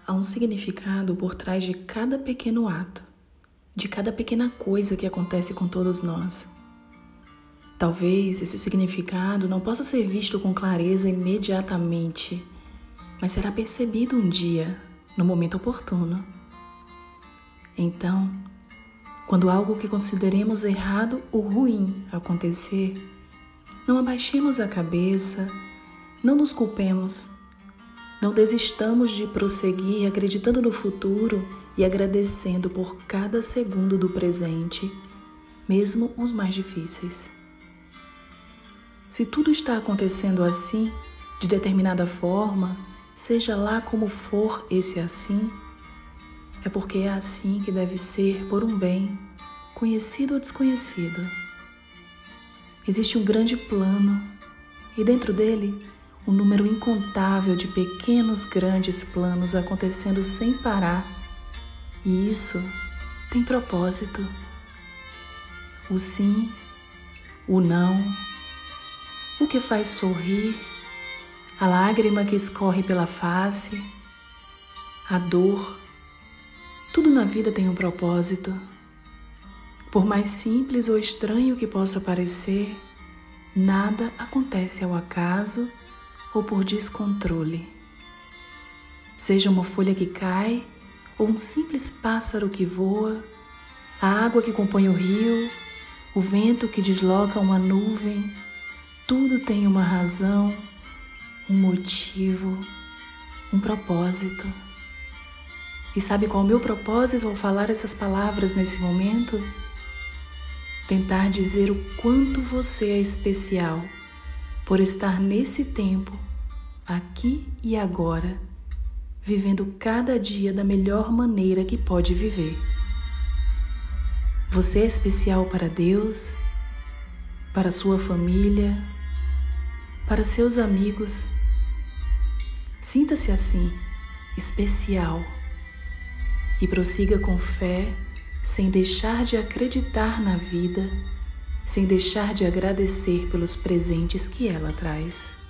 Há um significado por trás de cada pequeno ato, de cada pequena coisa que acontece com todos nós. Talvez esse significado não possa ser visto com clareza imediatamente, mas será percebido um dia, no momento oportuno. Então, quando algo que consideremos errado ou ruim acontecer, não abaixemos a cabeça, não nos culpemos, não desistamos de prosseguir acreditando no futuro e agradecendo por cada segundo do presente, mesmo os mais difíceis. Se tudo está acontecendo assim, de determinada forma, seja lá como for esse assim, é porque é assim que deve ser por um bem, conhecido ou desconhecido. Existe um grande plano e dentro dele um número incontável de pequenos grandes planos acontecendo sem parar, e isso tem propósito. O sim, o não, o que faz sorrir, a lágrima que escorre pela face, a dor, tudo na vida tem um propósito. Por mais simples ou estranho que possa parecer, nada acontece ao acaso ou por descontrole. Seja uma folha que cai ou um simples pássaro que voa, a água que compõe o rio, o vento que desloca uma nuvem, tudo tem uma razão, um motivo, um propósito. E sabe qual é o meu propósito ao falar essas palavras nesse momento? Tentar dizer o quanto você é especial por estar nesse tempo, aqui e agora, vivendo cada dia da melhor maneira que pode viver. Você é especial para Deus, para sua família, para seus amigos. Sinta-se assim, especial, e prossiga com fé, sem deixar de acreditar na vida, sem deixar de agradecer pelos presentes que ela traz.